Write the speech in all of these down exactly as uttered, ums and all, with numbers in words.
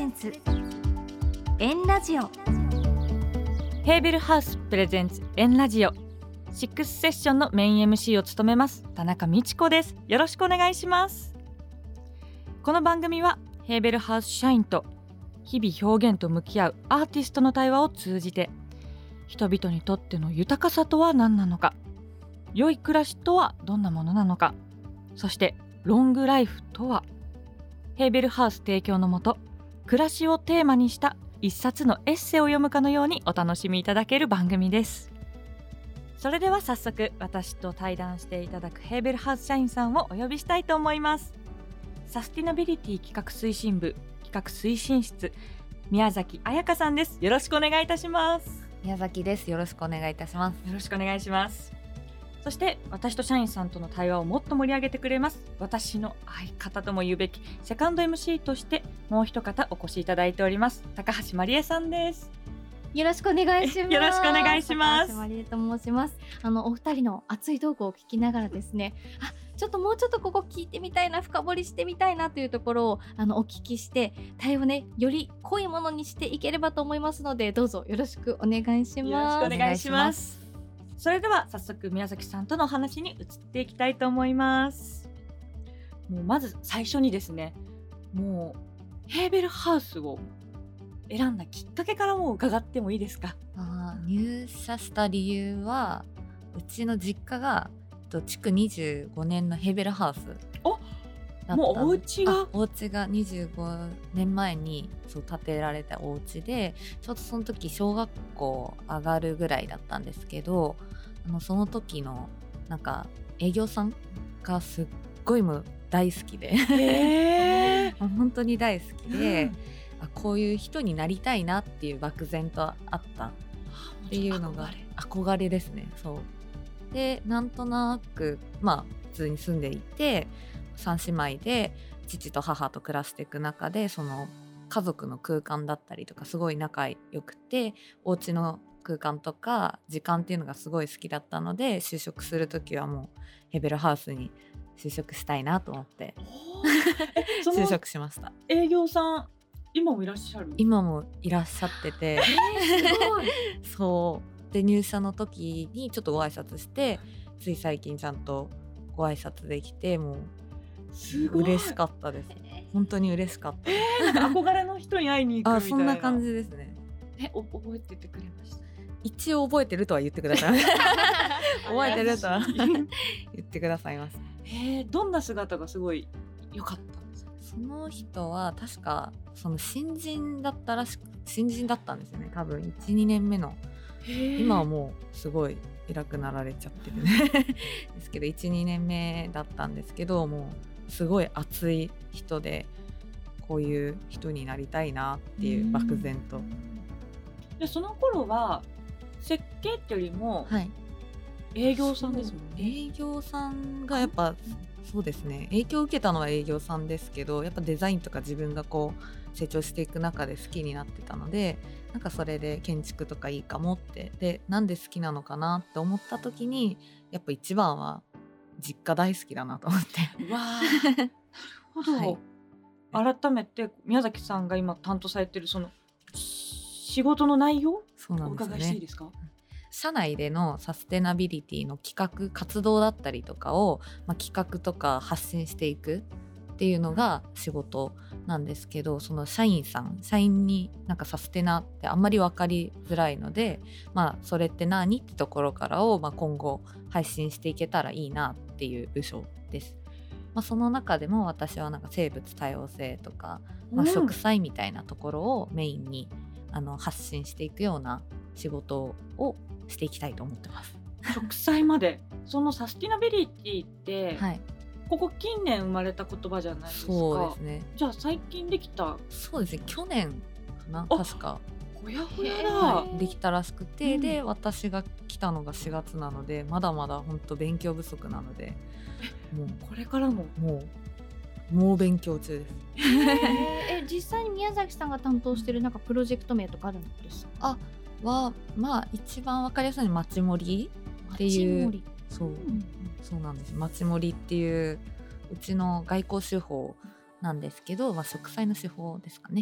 ンツエンラジオ。 ヘーベルハウスプレゼンツエンラジオシックスセッションのメイン エムシー を務めます田中美智子です。よろしくお願いします。この番組はヘーベルハウス社員と日々表現と向き合うアーティストの対話を通じて、人々にとっての豊かさとは何なのか、良い暮らしとはどんなものなのか、そしてロングライフとは。ヘーベルハウス提供のもと、暮らしをテーマにした一冊のエッセイを読むかのようにお楽しみいただける番組です。それでは早速、私と対談していただくヘーベルハウス社員さんをお呼びしたいと思います。サスティナビリティ企画推進部企画推進室、宮崎彩香さんです。よろしくお願いいたします。 宮崎です。よろしくお願いいたします。 よろしくお願いします。そして私と社員さんとの対話をもっと盛り上げてくれます、私の相方とも言うべきセカンド エムシー としてもう一方お越しいただいております。高橋まりえさんです。 よろしくお願いします。 よろしくお願いします。 高橋まりえと申します。あのお二人の熱いトークを聞きながらですね、あ、ちょっともうちょっとここ聞いてみたいな、深掘りしてみたいなというところをあのお聞きして、対応ね、より濃いものにしていければと思いますので、どうぞよろしくお願いします。 よろしくお願いします。それでは早速宮崎さんとのお話に移っていきたいと思います。もうまず最初にですね、もうヘーベルハウスを選んだきっかけからも伺ってもいいですか？ あ、入社した理由は、うちの実家が築にじゅうごねんのヘーベルハウスおもうお家がお家がにじゅうごねんまえにそう建てられたお家で、ちょうどその時小学校上がるぐらいだったんですけど、あのその時のなんか営業さんがすっごいもう大好きで、 えー、 本当に大好きで、 うん、 あ、こういう人になりたいなっていう漠然とあったっていうのが憧れ、憧れですね。そうで、なんとなくまあ普通に住んでいて、さん姉妹で父と母と暮らしていく中で、その家族の空間だったりとかすごい仲良くて、お家の空間とか時間っていうのがすごい好きだったので、就職する時はもうヘーベルハウスに就職したいなと思って就職しました。 営業さん今もいらっしゃる？ 今もいらっしゃってて、 えー、すごいそうで、入社の時にちょっとご挨拶して、つい最近ちゃんとご挨拶できて、もうすごい嬉しかったです。本当に嬉しかった。 えー、なんか憧れの人に会いに行くみたいな。 あ、そんな感じですね。 え、お覚えててくれました？ 一応覚えてるとは言ってください覚えてるとは言ってくださいます。 えー、どんな姿がすごい良かったんですか？ その人は確かその新人だったらしく、新人だったんですよね、多分 いちにねんめの。今はもうすごい偉くなられちゃってるねですけど、いちにねんめだったんですけど、もうすごい熱い人で、こういう人になりたいなっていう漠然と。 でその頃は設計ってよりも営業さんですもんね。 営業さんがやっぱ、そうですね、影響を受けたのは営業さんですけど、やっぱデザインとか自分がこう成長していく中で好きになってたので、なんかそれで建築とかいいかもって、でなんで好きなのかなって思った時に、やっぱ一番は実家大好きだなと思ってうわーなるほど、はい、改めて宮崎さんが今担当されているその仕事の内容、 そうなんですよね、 お伺いしていいですか？ 社内でのサステナビリティの企画活動だったりとかを、まあ、企画とか発信していくっていうのが仕事なんですけど、その社員さん社員になんかサステナってあんまり分かりづらいので、まあそれって何ってところからを、まあ、今後配信していけたらいいなっていう部署です。まあ、その中でも私はなんか生物多様性とか、まあ、植栽みたいなところをメインにあの発信していくような仕事をしていきたいと思ってます。 植栽までそのサスティナビリティって、 はい、 ここ近年生まれた言葉じゃないですか。 そうですね。 じゃあ最近できた？ そうですね、去年かな、確かほやほやだ、 できたらしくて、 うん、 で私が来たのがしがつなので、まだまだ本当勉強不足なので、 もうこれからももうもう勉強中です。 え実際に宮崎さんが担当してるなんかプロジェクト名とかあるんですか？ あはまあ一番わかりやすいのはまちもりっていう、そう、うん、そうなんです。まちもりっていううちの外交手法なんですけど、まあ、植栽の手法ですかね。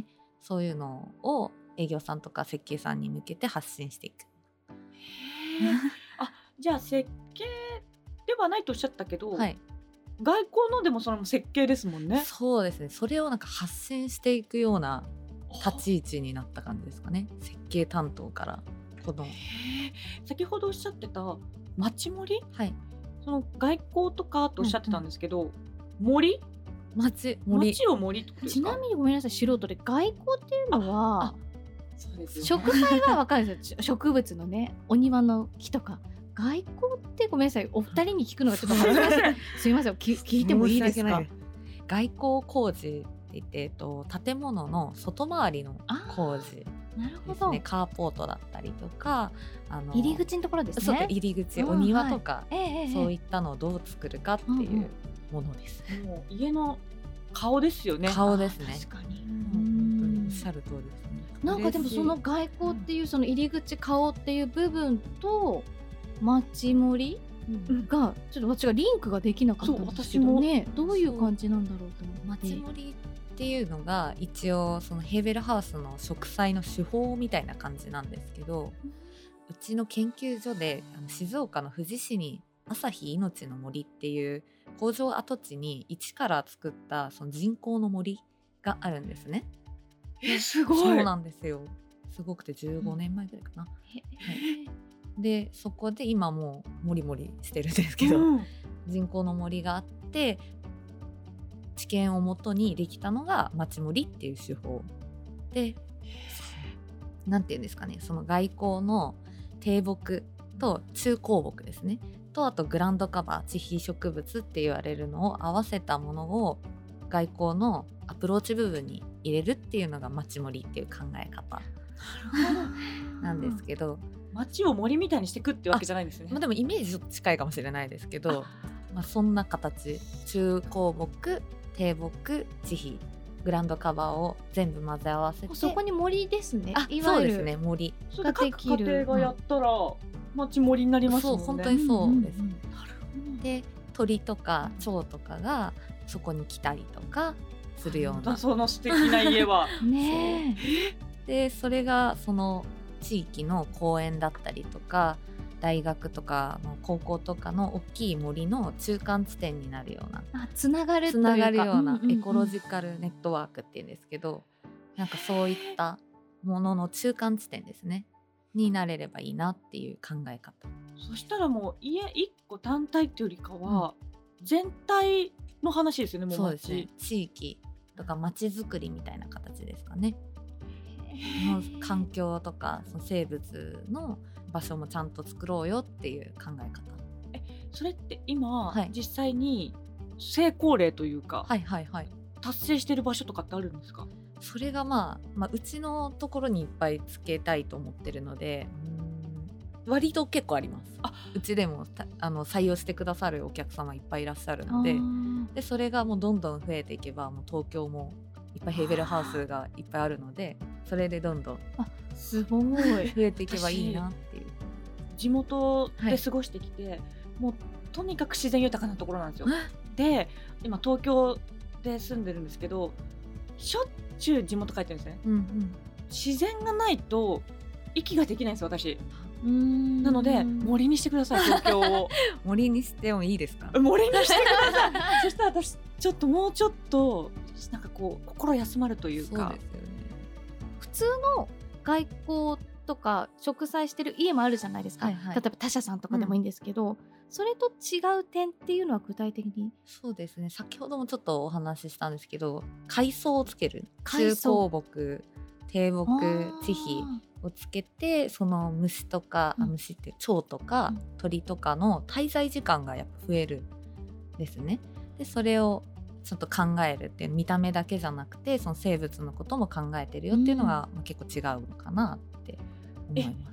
そういうのを営業さんとか設計さんに向けて発信していく。 あ、じゃあ設計ではないとおっしゃったけど、 はい、 外交のでもそれも設計ですもんね。 そうですね。それをなんか発信していくような立ち位置になった感じですかね。設計担当からこの、 へー先ほどおっしゃってた町森、 はい、 その外交とかとおっしゃってたんですけど、森町森町を森ってことですか？ ちなみにごめんなさい、素人で外交っていうのはそうですよね。 植栽はわかるんですよ。植物のね、お庭の木とか。外交ってごめんなさい、お二人に聞くのがちょっと恥ずかしい。すみません、き聞いてもいいですか？ 外交工事って言って、えっと、建物の外回りの工事なるほど、 ですね。カーポートだったりとか、あの入り口のところですね。 そう入り口、 うんお庭とか、 はい、ええそういっったのをどう作るかっていうものです。 もう家の顔ですよね。 顔ですね。 確かに。 本当におっしゃる通りですね。 なんかでもその外交っていうその入り口顔っていう部分と町森がちょっと私がリンクができなかったんですけどね、どういう感じなんだろうと思って。 町森っていうのが一応そのヘーベルハウスの植栽の手法みたいな感じなんですけど、うちの研究所であの静岡の富士市に朝日いのちの森っていう工場跡地に一から作ったその人工の森があるんですね。 えすごい。 そうなんですよ。すごくてじゅうごねんまえぐらいかな、 うんはいでそこで今もうモリモリしてるんですけど、うん、人工の森があって知見をもとにできたのが町森っていう手法で、なんていうんですかね、その外交の低木と中高木ですねと、あとグランドカバー地被植物って言われるのを合わせたものを外交のアプローチ部分に入れるっていうのが町森っていう考え方なんですけど、 町を森みたいにしていくってわけじゃないですね。 まあ、でもイメージちょっと近いかもしれないですけど、まあ、そんな形、中高木、低木、地皮、グランドカバーを全部混ぜ合わせて、 そこに森ですね。 あ、 いわゆるそうですね、森それで各家庭がやったら、うん、町森になりますもんね。 そう、本当にそうです、 うんうんうん、 なるほど。で鳥とか蝶とかがそこに来たりとかするような、 その素敵な家はねでそれがその地域の公園だったりとか大学とかの高校とかの大きい森の中間地点になるような、 あ、つながるというか、 つながるようなうんうんうん、 エコロジカルネットワークっていうんですけど、なんかそういったものの中間地点ですねになれればいいなっていう考え方。 そしたらもう家一個単体っていうよりかは、うん、全体の話ですよね。もうそうですね、地域とか街づくりみたいな形ですかね。の環境とかその生物の場所もちゃんと作ろうよっていう考え方。 えそれって今、 はい、 実際に成功例というか、 はいはいはい、 達成してる場所とかってあるんですか？ それが、まあ、まあうちのところにいっぱいつけたいと思ってるので、うーん割と結構あります。あ、うちでもあの採用してくださるお客様いっぱいいらっしゃるの で, でそれがもうどんどん増えていけばもう東京もいっぱいヘーベルハウスがいっぱいあるので、それでどんどんあすごい増えていけばいいなっていう。 地元で過ごしてきて、はい、もうとにかく自然豊かなところなんですよ。で今東京で住んでるんですけど、しょっちゅう地元帰ってるんですね、うんうん、自然がないと息ができないんですよ私。うーんなので森にしてください、東京を森にしてもいいですか？ 森にしてくださいそしたら私ちょっともうちょっとなんかこう心休まるというか。 そうですよね。 普通の外交とか植栽してる家もあるじゃないですか、はいはい、例えば他社さんとかでもいいんですけど、うん、それと違う点っていうのは具体的に？ そうですね、先ほどもちょっとお話ししたんですけど、海藻をつける、中高木、低木、地皮をつけて、その虫とか、うん、虫って蝶とか、うん、鳥とかの滞在時間がやっぱ増えるんですね。でそれをちょっと考えるっていう、見た目だけじゃなくてその生物のことも考えてるよっていうのが、うん、結構違うのかなって思います。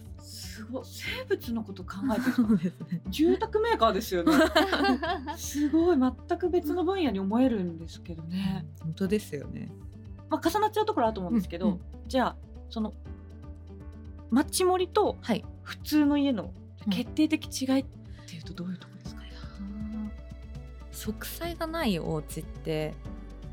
すごい、生物のこと考えてるそうですね。住宅メーカーですよねすごい、全く別の分野に思えるんですけどね。 本当ですよね。 まあ、重なっちゃうところあると思うんですけど、うんうん、じゃあその町森と普通の家の決定的違いっていうとどういうところですか？ 植栽がないお家って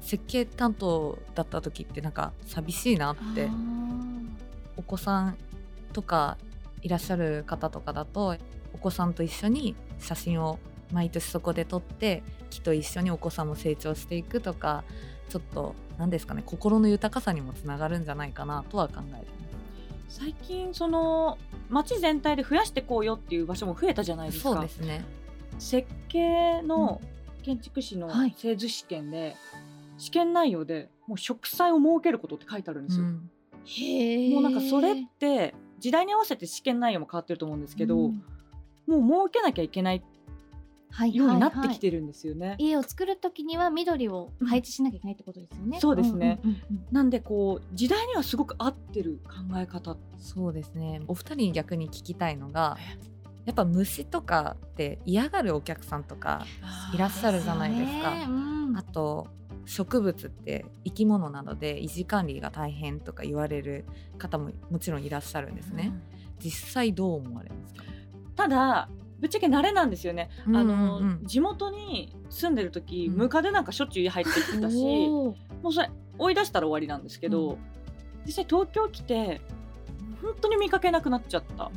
設計担当だった時ってなんか寂しいなって。お子さんとかいらっしゃる方とかだとお子さんと一緒に写真を毎年そこで撮って木と一緒にお子さんも成長していくとか、ちょっと何ですかね、心の豊かさにもつながるんじゃないかなとは考えてます。 最近その街全体で増やしてこうよっていう場所も増えたじゃないですか。 そうですね。 設計の建築士の製図試験で、うん、試験内容でもう植栽を設けることって書いてあるんですよ、うん、 へー。 もうなんかそれって時代に合わせて試験内容も変わってると思うんですけど、うん、もう設けなきゃいけないようになってきてるんですよね、はいはいはい、 家を作るときには緑を配置しなきゃいけないってことですよね、 うん、そうですね、うんうんうんうん、なんでこう時代にはすごく合ってる考え方。 そうですね。お二人に逆に聞きたいのが、やっぱ虫とかって嫌がるお客さんとかいらっしゃるじゃないですか。あ、うん、あと植物って生き物なので維持管理が大変とか言われる方ももちろんいらっしゃるんですね、うん、実際どう思われますか？ ただぶっちゃけ慣れなんですよね、うんうんうん、あの地元に住んでる時、うん、ムカデなんかしょっちゅう家入ってきたしもうそれ追い出したら終わりなんですけど、うん、実際東京来て本当に見かけなくなっちゃった、うん、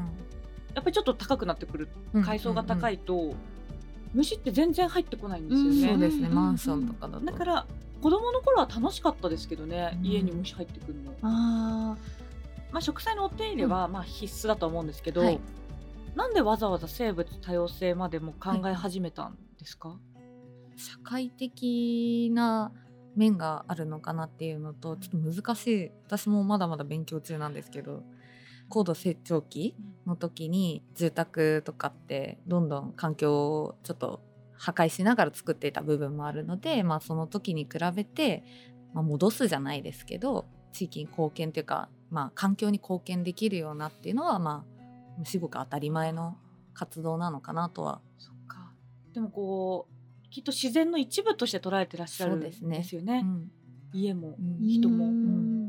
やっぱりちょっと高くなってくる、階層が高いと、うんうんうん、虫って全然入ってこないんですよね、うん、 そうですね、マンションとかだと。 だから子供の頃は楽しかったですけどね、うん、家に虫入ってくるの。あ、まあ、植栽のお手入れはまあ必須だと思うんですけど、うん、はい、なんでわざわざ生物多様性までも考え始めたんですか？はい、 社会的な面があるのかなっていうのと、ちょっと難しい、私もまだまだ勉強中なんですけど、高度成長期の時に住宅とかってどんどん環境をちょっと破壊しながら作っていた部分もあるので、まあ、その時に比べて、まあ、戻すじゃないですけど地域に貢献というか、まあ、環境に貢献できるようなっていうのは、まあ、すごく当たり前の活動なのかなとは。 そっか。でもこうきっと自然の一部として捉えてらっしゃるんですよね。そうですね、うん、家も、うん、人も、うん、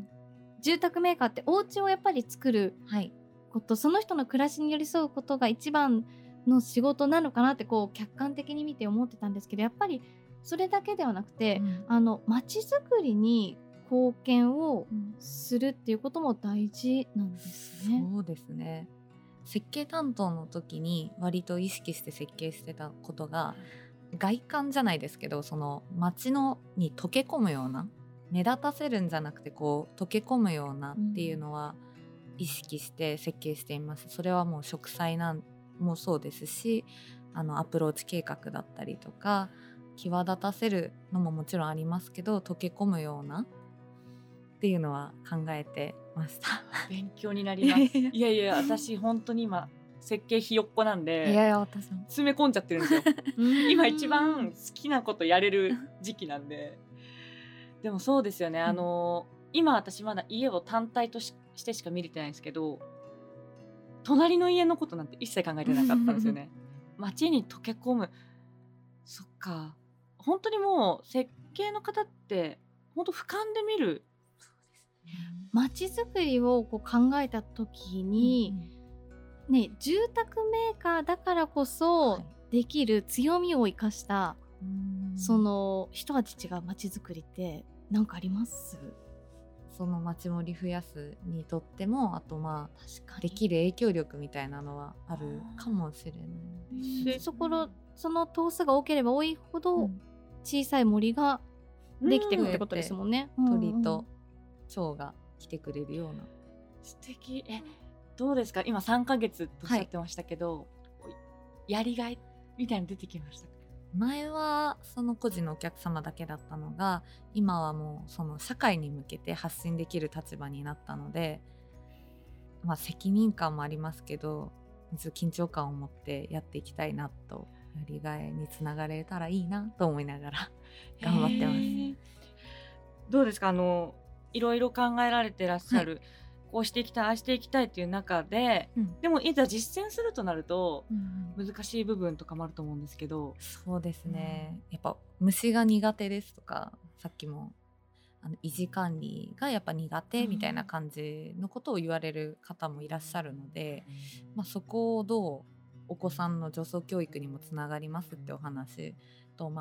住宅メーカーってお家をやっぱり作ること、はい、その人の暮らしに寄り添うことが一番の仕事なのかなってこう客観的に見て思ってたんですけど、やっぱりそれだけではなくて、うん、あの街づくりに貢献をするっていうことも大事なんですね。 そうですね。設計担当の時に割と意識して設計してたことが、外観じゃないですけどその街のに溶け込むような、目立たせるんじゃなくてこう溶け込むようなっていうのは意識して設計しています、うん、それはもう植栽なんもそうですし、あのアプローチ計画だったりとか際立たせるのももちろんありますけど、溶け込むようなっていうのは考えてました。 勉強になります。いやいや私本当に今設計ひよっこなんで、 いやいや私も詰め込んじゃってるんですよ今一番好きなことやれる時期なんで。でもそうですよね、あのー、今私まだ家を単体と し, してしか見れてないんですけど、隣の家のことなんて一切考えてなかったんですよね街に溶け込む。そっか、本当にもう設計の方って本当俯瞰で見る。 街づくりをこう考えた時に、うんうん、ね、住宅メーカーだからこそできる強みを生かした、はい、その一味違う街づくりって何かあります？ その街盛り増やすにとっても、あとまあ確かにできる影響力みたいなのはあるかもしれない。 そころその棟数が多ければ多いほど小さい森ができていくってことですもんね、 うん、鳥と蝶が来てくれるような。 素敵。え、どうですか、今さんかげつとおっしゃってましたけど、はい、やりがいみたいなの出てきましたか？ 前はその個人のお客様だけだったのが、今はもうその社会に向けて発信できる立場になったので、まあ、責任感もありますけど緊張感を持ってやっていきたいなと、やりがいにつながれたらいいなと思いながら頑張ってます。 どうですか、あのいろいろ考えられてらっしゃる、はい、こうしていきたいああしていきたいっていう中で、うん、でもいざ実践するとなると、うん、難しい部分とかもあると思うんですけど。 そうですね、うん、やっぱ虫が苦手ですとか、さっきもあの維持管理がやっぱ苦手みたいな感じのことを言われる方もいらっしゃるので、まあ、そこをどうお子さんの助走教育にもつながりますってお話と、まあ、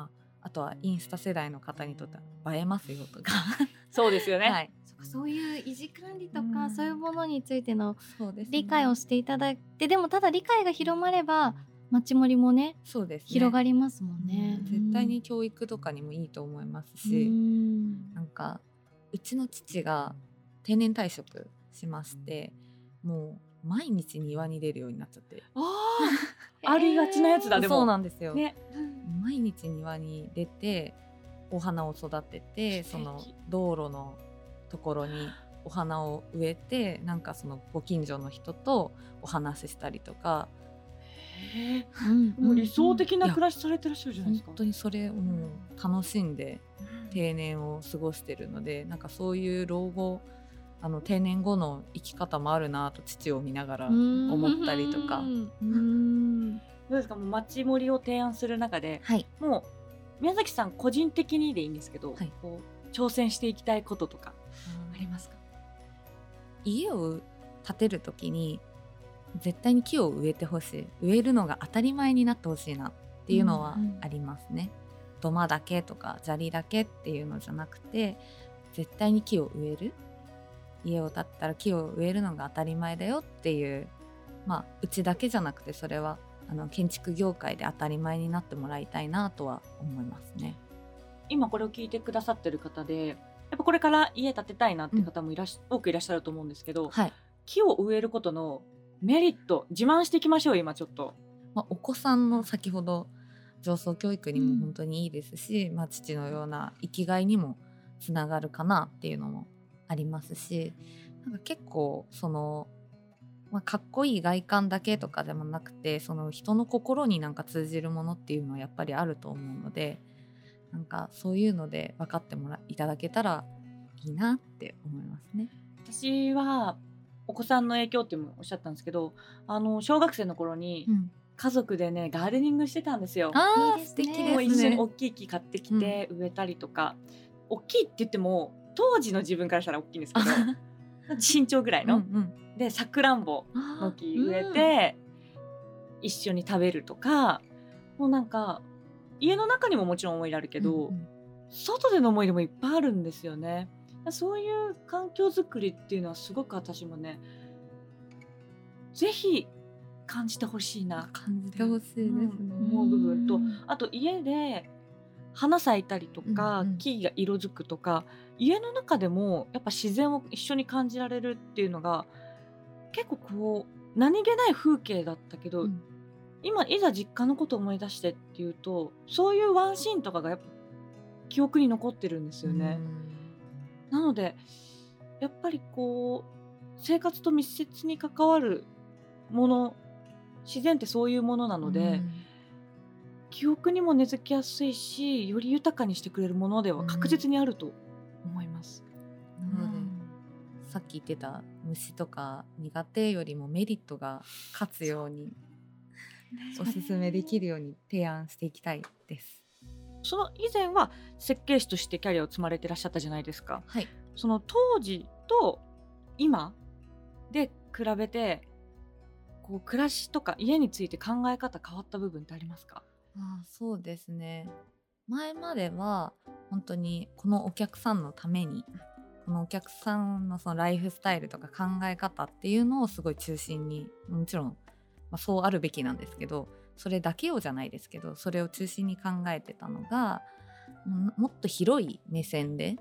あとはインスタ世代の方にとっては映えますよとかそうですよね、 はい、 そっか、そういう維持管理とか、 うんそういうものについてのそうですね、 理解をしていただいて、でもただ理解が広まれば街盛りもねそうですね、 広がりますもんね、 うん絶対に教育とかにもいいと思いますうし、 んなんかうちの父が定年退職しまして、もう毎日庭に出るようになっちゃって、 あーありがちなやつだ、でもそうなんですよ、 ね、 毎日庭に出てお花を育てて、 素敵その道路のところにお花を植えて、なんかそのご近所の人とお話ししたりとか、 へーうんもう理想的な暮らしされてらっしゃるじゃないですか。 本当にそれをもう楽しんで定年を過ごしてるので、なんかそういう老後、あの定年後の生き方もあるなと父を見ながら思ったりとか。 うんどうですか、もう街盛りを提案する中で、 はい、 もう宮崎さん個人的にでいいんですけど、 はいこう挑戦していきたいこととかありますか？ 家を建てる時に絶対に木を植えてほしい、植えるのが当たり前になってほしいなっていうのはありますね、うんうん、土間だけとか砂利だけっていうのじゃなくて、絶対に木を植える、家を建ったら木を植えるのが当たり前だよっていう、まあうちだけじゃなくて、それはあの建築業界で当たり前になってもらいたいなとは思いますね。 今これを聞いてくださってる方で、やっぱこれから家建てたいなって方もいらっし、うん、多くいらっしゃると思うんですけど、 はい、 木を植えることのメリット自慢していきましょう。今ちょっと、 まあ、お子さんの先ほど上層教育にも本当にいいですし、うんまあ、父のような生きがいにもつながるかなっていうのもありますし、なんか結構その、まあ、かっこいい外観だけとかでもなくて、その人の心になんか通じるものっていうのはやっぱりあると思うので、なんかそういうので分かってもらいただけたらいいなって思いますね。 私はお子さんの影響ってもおっしゃったんですけど、あの小学生の頃にうん、 家族でねガーデニングしてたんですよ。 あーいいですね素敵もうですね。 一緒に大きい木買ってきて植えたりとか、大きいって言っても当時の自分からしたら大きいんですけど身長ぐらいの、 うんうん、 でさくらんぼの木植えて、一緒に食べるとか、もうなんか家の中にももちろん思い出あるけど、 うんうん、 外での思い出もいっぱいあるんですよね。そういう環境づくりっていうのはすごく私もねぜひ感じてほしいな感じてほしいですね、 うん思う部分と、あと家で花咲いたりとか、 うんうん、 木が色づくとか、家の中でもやっぱ自然を一緒に感じられるっていうのが結構こう何気ない風景だったけど、 うん、 今いざ実家のことを思い出してっていうと、そういうワンシーンとかがやっぱ記憶に残ってるんですよね。なのでやっぱりこう生活と密接に関わるもの、自然ってそういうものなので、 うん、 記憶にも根付きやすいし、より豊かにしてくれるものでは確実にあると思います、 なので、さっき言ってた虫とか苦手よりもメリットが勝つようにおすすめできるように提案していきたいです。 その以前は設計士としてキャリアを積まれてらっしゃったじゃないですか。 はい、 その当時と今で比べてこう暮らしとか家について考え方変わった部分ってありますか？ ああ、そうですね。前までは本当にこのお客さんのために、このお客さんのそのライフスタイルとか考え方っていうのをすごい中心に、もちろん、まあ、そうあるべきなんですけど、それだけをじゃないですけど、それを中心に考えてたのが、ももっと広い目線で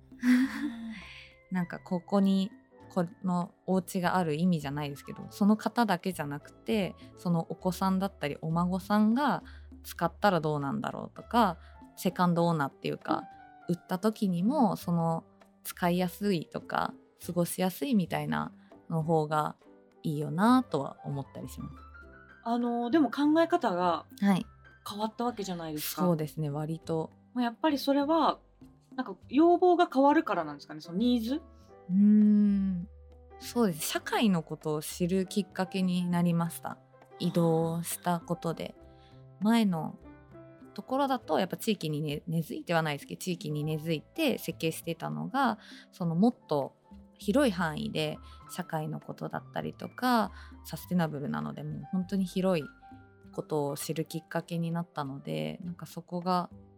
なんかここにこのお家がある意味じゃないですけど、その方だけじゃなくて、そのお子さんだったりお孫さんが使ったらどうなんだろうとか、セカンドオーナーっていうか、売った時にもその使いやすいとか過ごしやすいみたいなの方がいいよなとは思ったりします。 あのでも考え方がはい、 変わったわけじゃないですか。 そうですね、割と。 まあやっぱりそれはなんか要望が変わるからなんですかね、そのニーズ。 うーん、そうです。社会のことを知るきっかけになりました。移動したことで。前のところだとやっぱ地域に、ね、根付いてはないですけど、地域に根付いて設計してたのが、そのもっと広い範囲で社会のことだったりとか、サステナブルなのでもう本当に広いことを知るきっかけになったので、なんかそこが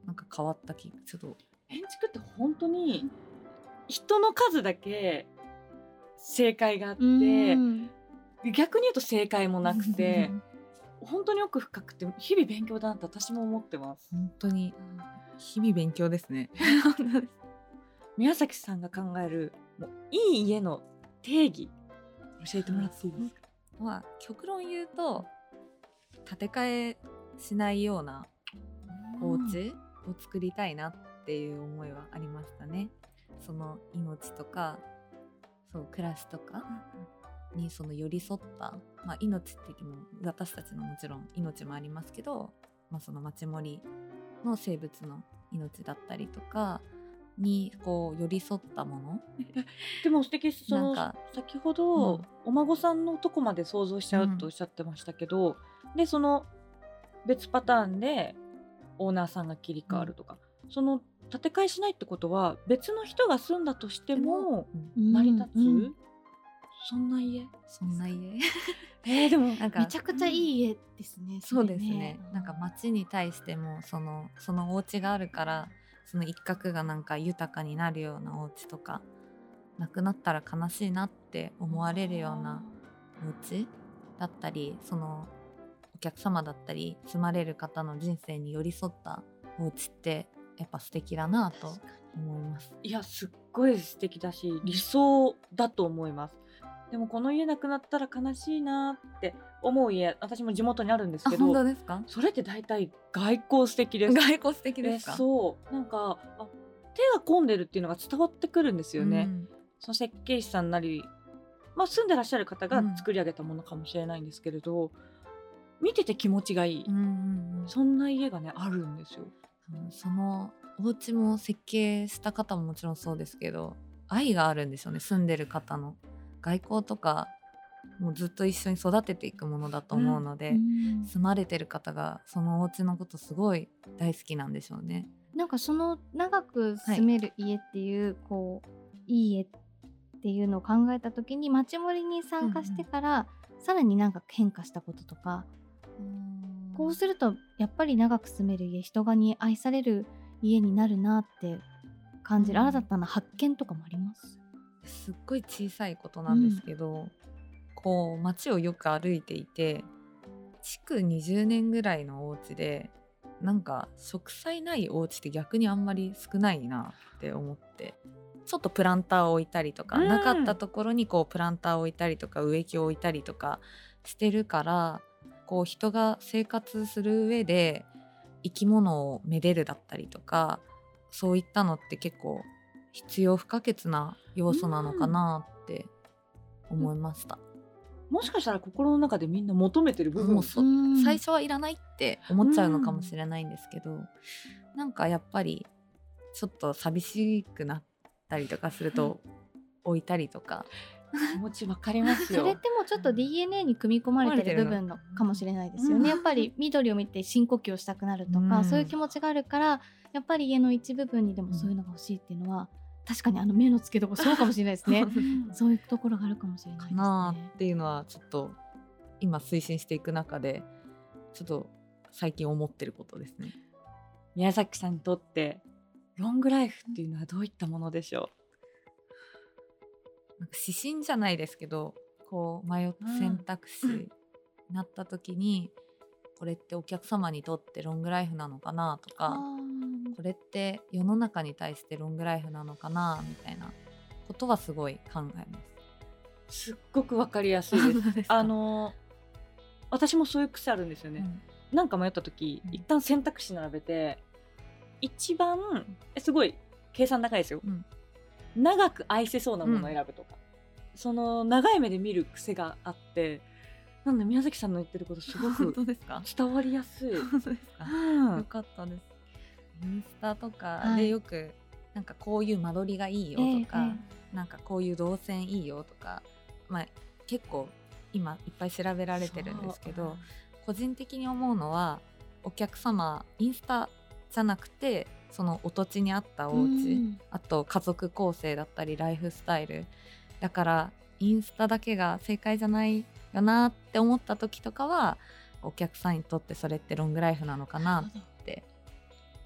なんか変わった気ちょっと建築って本当に人の数だけ正解があって逆に言うと正解もなくて本当に奥深くて日々勉強だなって私も思ってます。 本当に日々勉強ですね宮崎さんが考えるもういい家の定義教えてもらっていいですか？ まあ極論言うと建て替えしないようなお家を作りたいなっていう思いはありましたね。その命とかそう暮らしとかにその寄り添った、まあ、命って言っても私たちのもちろん命もありますけど、まあ、その町森の生物の命だったりとかにこう寄り添ったものでも素敵そのなんか先ほど、 うん、 お孫さんのとこまで想像しちゃうとおっしゃってましたけど、うん、でその別パターンでオーナーさんが切り替わるとか、うん、その建て替えしないってことは別の人が住んだとしても成り立つ、うんうん、そんな家そんな家えー、でもなんかめちゃくちゃいい家ですね、うん、 そうですね。なんか街に対してもそのそのお家があるからその一角がなんか豊かになるようなお家とかなくなったら悲しいなって思われるようなお家だったりそのお客様だったり住まれる方の人生に寄り添ったお家ってやっぱ素敵だなと思います。 いやすっごい素敵だし理想だと思います。でもこの家なくなったら悲しいなって思う家私も地元にあるんですけど、 本当ですか？ それって大体外交素敵です。 外交素敵ですか？ そうなんかあ手が込んでるっていうのが伝わってくるんですよね、うん、その設計士さんなり、まあ、住んでらっしゃる方が作り上げたものかもしれないんですけれど、うん、見てて気持ちがいい、うんうんうん、そんな家がねあるんですよ。 そのお家も設計した方ももちろんそうですけど愛があるんですよね。住んでる方の外交とかもうずっと一緒に育てていくものだと思うので、うん、住まれてる方がそのお家のことすごい大好きなんでしょうね。 なんかその長く住める家っていう、はい、こういい家っていうのを考えた時に町森に参加してから、うんうん、さらになんか変化したこととか、うんこうするとやっぱり長く住める家人がに愛される家になるなって感じる、うん、新たな発見とかもあります？ すっごい小さいことなんですけど、うん、こう街をよく歩いていて築にじゅうねんぐらいのお家でなんか植栽ないお家って逆にあんまり少ないなって思ってちょっとプランターを置いたりとか、うん、なかったところにこうプランターを置いたりとか植木を置いたりとかしてるからこう人が生活する上で生き物をめでるだったりとかそういったのって結構必要不可欠な要素なのかなって思いました、 うん、もしかしたら心の中でみんな求めてる部分も最初はいらないって思っちゃうのかもしれないんですけど、うん、なんかやっぱりちょっと寂しくなったりとかすると置いたりとか気持ちわかりますよ。 それってもうちょっと ディーエヌエー に組み込まれてる部分のかもしれないですよね、うん、やっぱり緑を見て深呼吸をしたくなるとか、うん、そういう気持ちがあるからやっぱり家の一部分にでもそういうのが欲しいっていうのは、うん、確かにあの目の付けどころそうかもしれないですねそういうところがあるかもしれないですね。かなっていうのはちょっと今推進していく中でちょっと最近思ってることですね。 宮崎さんにとってロングライフっていうのはどういったものでしょう？ なんか指針じゃないですけどこう迷って選択肢になった時に、うん、これってお客様にとってロングライフなのかなとかこれって世の中に対してロングライフなのかなみたいなことはすごい考えます。 すっごくわかりやすいですあの私もそういう癖あるんですよね、うん、なんか迷った時、うん、一旦選択肢並べて一番すごい計算高いですよ、うん長く愛せそうなものを選ぶとか、うん、その長い目で見る癖があってなんで宮崎さんの言ってることすごく伝わりやすい。 本当ですか、うん、よかったです。インスタとかでよく、はい、なんかこういう間取りがいいよとか、えー、なんかこういう動線いいよとか、まあ、結構今いっぱい調べられてるんですけど、個人的に思うのはお客様インスタじゃなくてそのお土地に合ったお家、うん、あと家族構成だったりライフスタイルだからインスタだけが正解じゃないよなって思った時とかはお客さんにとってそれってロングライフなのかなって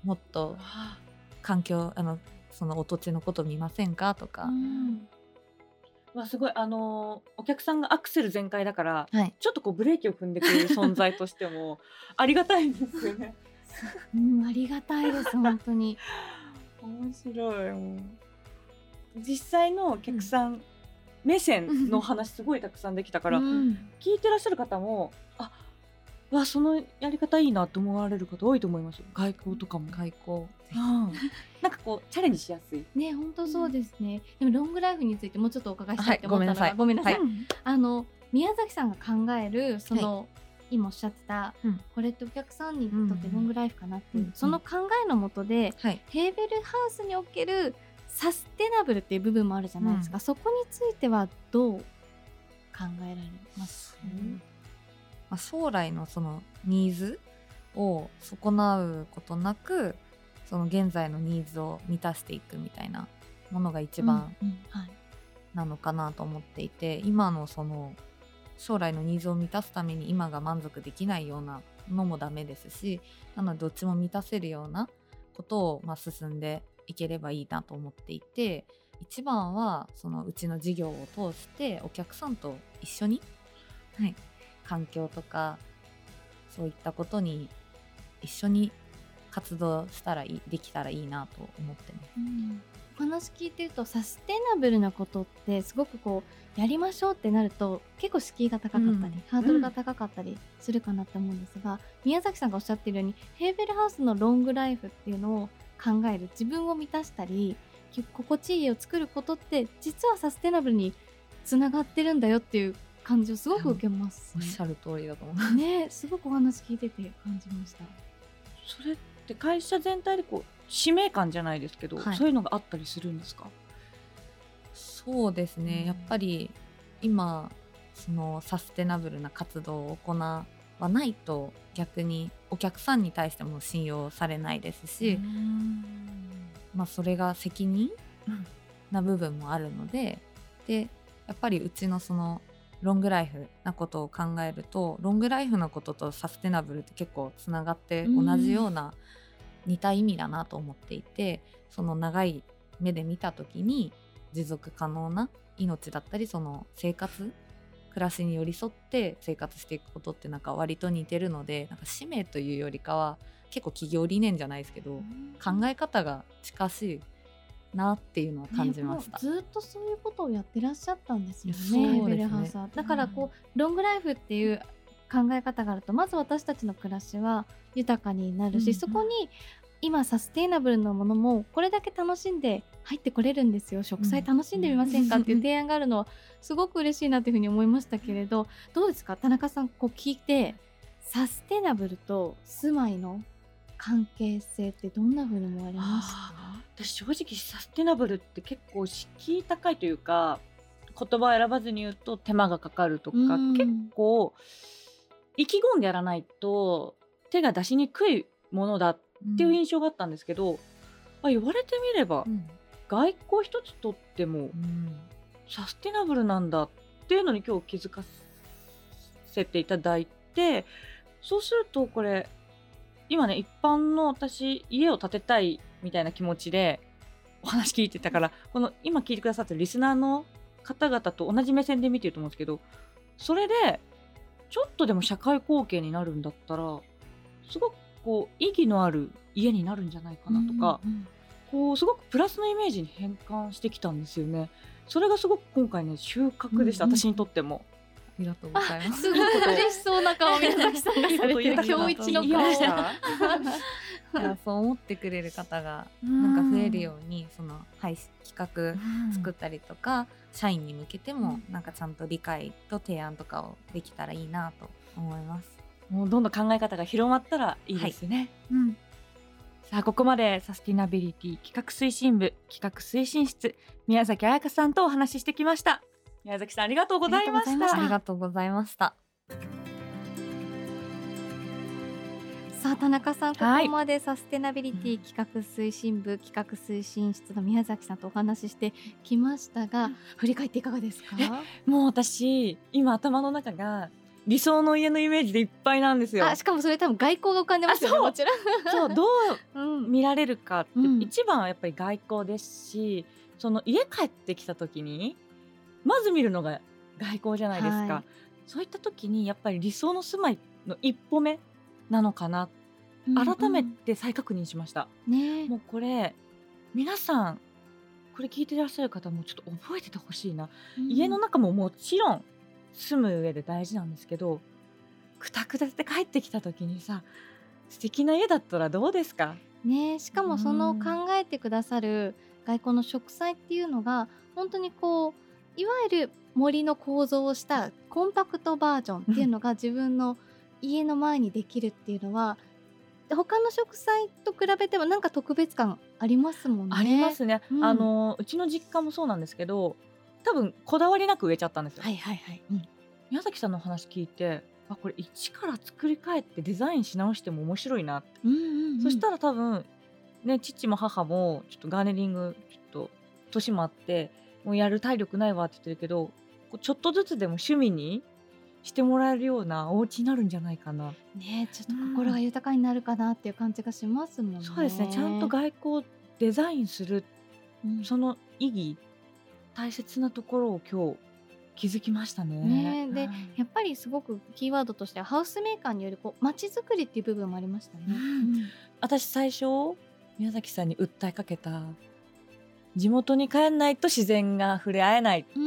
もっと環境あのそのお土地のこと見ませんかとか、 うんわすごいあのーお客さんがアクセル全開だから、 はい、 ちょっとこうブレーキを踏んでくれる存在としてもありがたいんですよね。 うん、ありがたいです本当に。 面白い。もう実際のお客さん目線の話すごいたくさんできたから、 うん聞いてらっしゃる方もあわそのやり方いいなと思われる方多いと思いますよ。外交とかも、 外交うんなんかこうチャレンジしやすい。 ね本当そうですね、でもロングライフについてもうちょっとお伺いしたいと思ったのが、 はいごめんなさい、 はいうんあの宮崎さんが考えるその、今おっしゃってた、 うんこれってお客さんにとってロングライフかなっていう、 うんその考えのもとで、 はいヘーベルハウスにおけるサステナブルっていう部分もあるじゃないですか、そこについてはどう考えられますか、 うんまあ、将来のそのニーズを損なうことなくその現在のニーズを満たしていくみたいなものが一番うんうんはいなのかなと思っていて、今のその将来のニーズを満たすために今が満足できないようなのもダメですし、なのでどっちも満たせるようなことをまあ進んでいければいいなと思っていて、一番はそのうちの事業を通してお客さんと一緒に、はい、環境とかそういったことに一緒に活動したらいいできたらいいなと思ってます。 うんお話聞いてるとサステナブルなことってすごくこうやりましょうってなると結構敷居が高かったり、 うんハードルが高かったりするかなって思うんですが、宮崎さんがおっしゃっているようにヘーベルハウスのロングライフっていうのを考える、自分を満たしたり心地いい家を作ることって実はサステナブルにつながってるんだよっていう感じをすごく受けますね。 おっしゃる通りだと思います。 ねすごくお話聞いてて感じました。 それって会社全体でこう使命感じゃないですけど、 はいそういうのがあったりするんですか？ そうですね、やっぱり今そのサステナブルな活動を行わないと逆にお客さんに対しても信用されないですし、まあ、それが責任な部分もあるので、でやっぱりうちのそのロングライフなことを考えると、ロングライフのこととサステナブルって結構つながって同じような似た意味だなと思っていて、その長い目で見た時に持続可能な命だったりその生活暮らしに寄り添って生活していくことってなんか割と似てるので、なんか使命というよりかは結構企業理念じゃないですけど、考え方が近しいなっていうのを感じました。 ね、ずっとそういうことをやってらっしゃったんですよね、 そうですねヘーベルハウスは。だからこうロングライフっていう考え方があると、まず私たちの暮らしは豊かになるし、 うんうん、 そこに今サステイナブルなものもこれだけ楽しんで入ってこれるんですよ、食材楽しんでみませんかっていう提案があるのはすごく嬉しいなというふうに思いましたけれど、どうですか田中さん、こう聞いてサステイナブルと住まいの関係性ってどんな風に思われました？ 私正直サステナブルって結構敷居高いというか、言葉を選ばずに言うと手間がかかるとか、結構意気込んでやらないと手が出しにくいものだっていう印象があったんですけど、うん、あ言われてみれば、うん、外交一つとっても、うん、サステナブルなんだっていうのに今日気づかせていただいて、そうするとこれ今ね一般の私家を建てたいみたいな気持ちでお話聞いてたから、この今聞いてくださってるリスナーの方々と同じ目線で見てると思うんですけど、それでちょっとでも社会貢献になるんだったらすごくこう意義のある家になるんじゃないかなとか、うんうん、こうすごくプラスのイメージに変換してきたんですよね。それがすごく今回ね収穫でした、うんうん、私にとっても。 ありがとうございます。 すごく嬉しそうな顔宮崎さんがされてる今日一の顔いやそう思ってくれる方がなんか増えるように、その、はい、企画作ったりとか、うん、社員に向けてもなんかちゃんと理解と提案とかをできたらいいなと思います。 もうどんどん考え方が広まったらいいですね、はいうん、さあここまでサスティナビリティ企画推進部企画推進室宮崎彩香さんとお話ししてきました。宮崎さんありがとうございました。 ありがとうございました。 さあ田中さん、ここまでサステナビリティ企画推進部企画推進室の宮崎さんとお話ししてきましたが、振り返っていかがですか？ もう私今頭の中が理想の家のイメージでいっぱいなんですよ。 あ、しかもそれ多分外交が浮かんでますよね。もちろん。 そうどううん見られるかって、 うん、 一番はやっぱり外交ですし、その家帰ってきた時にまず見るのが外交じゃないですか、 はい、 そういった時にやっぱり理想の住まいの一歩目なのかな、 うんうん、 改めて再確認しました。 ね。 もうこれ皆さんこれ聞いてらっしゃる方もちょっと覚えててほしいな、 うん、 家の中ももちろん住む上で大事なんですけど、くたくたって帰ってきた時にさ、素敵な家だったらどうですか。 ね、しかもそのうん考えてくださる外交の植栽っていうのが本当にこういわゆる森の構造をしたコンパクトバージョンっていうのが自分の家の前にできるっていうのは、他の植栽と比べてもなんか特別感ありますもんね。 ありますね、 うん、 あのうちの実家もそうなんですけど、多分こだわりなく植えちゃったんですよ、 はいはいはい、うん、 宮崎さんのお話聞いて、あこれ一から作り変えてデザインし直しても面白いなって、 うんうんうん、 そしたら多分ね、父も母もちょっとガーデニングちょっと年もあってもうやる体力ないわって言ってるけど、こうちょっとずつでも趣味にしてもらえるようなお家になるんじゃないかな。 ね、ちょっと心が豊かになるかなっていう感じがしますもんね。 そうですね、ちゃんと外交デザインする、 うん、 その意義大切なところを今日気づきましたね。 ね、で、 はいやっぱりすごくキーワードとしてはハウスメーカーによるこう街づくりっていう部分もありましたね。 うん私最初宮崎さんに訴えかけた、地元に帰んないと自然が触れ合えないうん、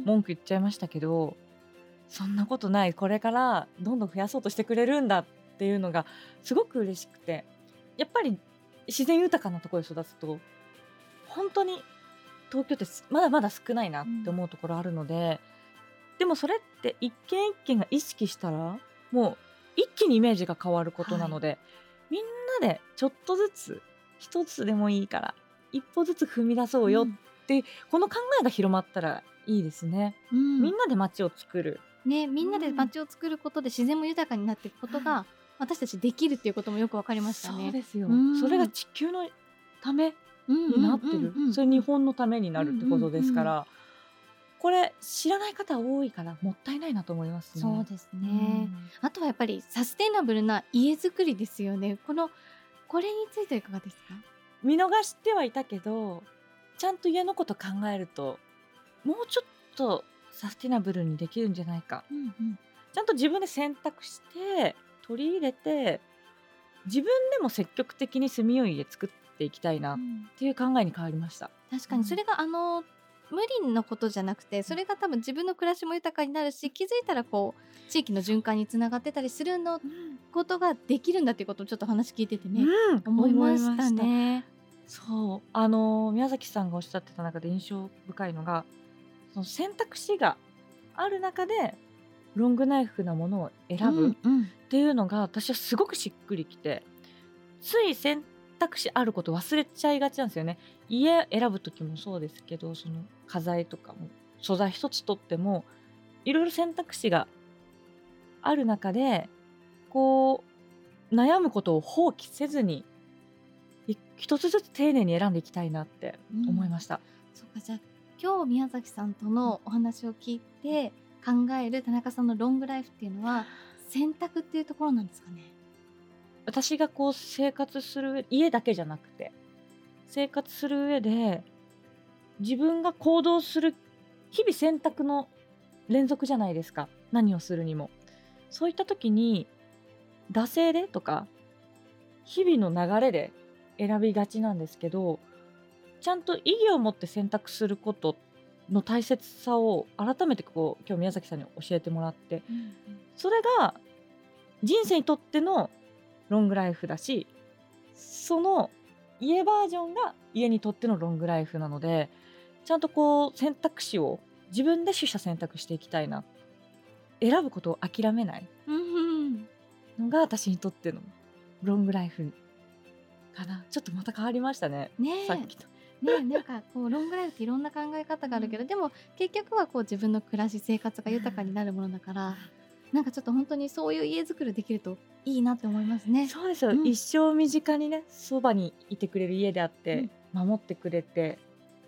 文句言っちゃいましたけど、そんなことない、これからどんどん増やそうとしてくれるんだっていうのがすごく嬉しくて、やっぱり自然豊かなところで育つと本当に東京ってまだまだ少ないなって思うところあるので、うん、でもそれって一軒一軒が意識したらもう一気にイメージが変わることなので、はい、みんなでちょっとずつ一つでもいいから一歩ずつ踏み出そうよって、うん、この考えが広まったらいいですね、うん、みんなで街を作る、 ね、みんなで街を作ることで自然も豊かになっていくことが私たちできるっていうこともよく分かりましたね。 そうですよ、うん、それが地球のためになってる、それ日本のためになるってことですから、うんうんうん、これ知らない方多いからもったいないなと思いますね。 そうですね、うん、あとはやっぱりサステナブルな家づくりですよね。このこれについてはいかがですか。 見逃してはいたけどちゃんと家のこと考えるともうちょっとサステナブルにできるんじゃないか、うんうん、ちゃんと自分で選択して取り入れて自分でも積極的に住みよい家作っていきたいなっていう考えに変わりました、 うん、確かにそれがあの無理なことじゃなくてそれが多分自分の暮らしも豊かになるし気づいたらこう地域の循環につながってたりするのことができるんだっていうことをちょっと話聞いててね、うん、思いましたね。 そうあの宮崎さんがおっしゃってた中で印象深いのがその選択肢がある中でロングナイフなものを選ぶっていうのが私はすごくしっくりきて、つい選択肢あること忘れちゃいがちなんですよね。家選ぶ時もそうですけどその家財とかも素材一つとってもいろいろ選択肢がある中でこう悩むことを放棄せずに一つずつ丁寧に選んでいきたいなって思いました、うん、 そうかじゃあ今日宮崎さんとのお話を聞いて考える田中さんのロングライフっていうのは選択っていうところなんですかね。 私がこう生活する家だけじゃなくて生活する上で自分が行動する日々選択の連続じゃないですか。何をするにもそういった時に惰性でとか日々の流れで選びがちなんですけど、ちゃんと意義を持って選択することの大切さを改めてこう今日宮崎さんに教えてもらって、うんうん、それが人生にとってのロングライフだしその家バージョンが家にとってのロングライフなのでちゃんとこう選択肢を自分で取捨選択していきたいな、選ぶことを諦めないのが私にとってのロングライフかな。ちょっとまた変わりましたね、 ねさっきとね、なんかこうロングライフっていろんな考え方があるけど、うん、でも結局はこう自分の暮らし生活が豊かになるものだから、うん、なんかちょっと本当にそういう家づくりできるといいなって思いますね。 そうですよ、うん、一生身近にねそばにいてくれる家であって、うん、守ってくれて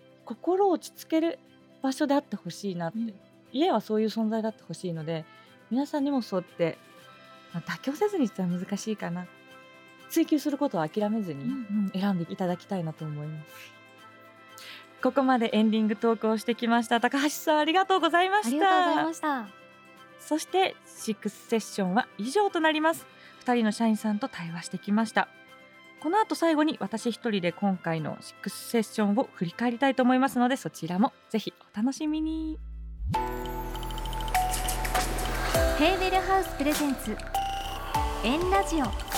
心を落ち着ける場所であってほしいなって、うん、家はそういう存在であってほしいので皆さんにもそうやって、まあ、妥協せずにって言ったら難しいかな、追求することを諦めずに、 うんうん選んでいただきたいなと思います。ここまでエンディングトークをしてきました高橋さん、ありがとうございました。 ありがとうございました。 そしてシックスセッションは以上となります。ふたりの社員さんと対話してきました。この後最後に私一人で今回のシックスセッションを振り返りたいと思いますので、そちらもぜひお楽しみに。 ヘーベルハウスプレゼンツエンラジオ。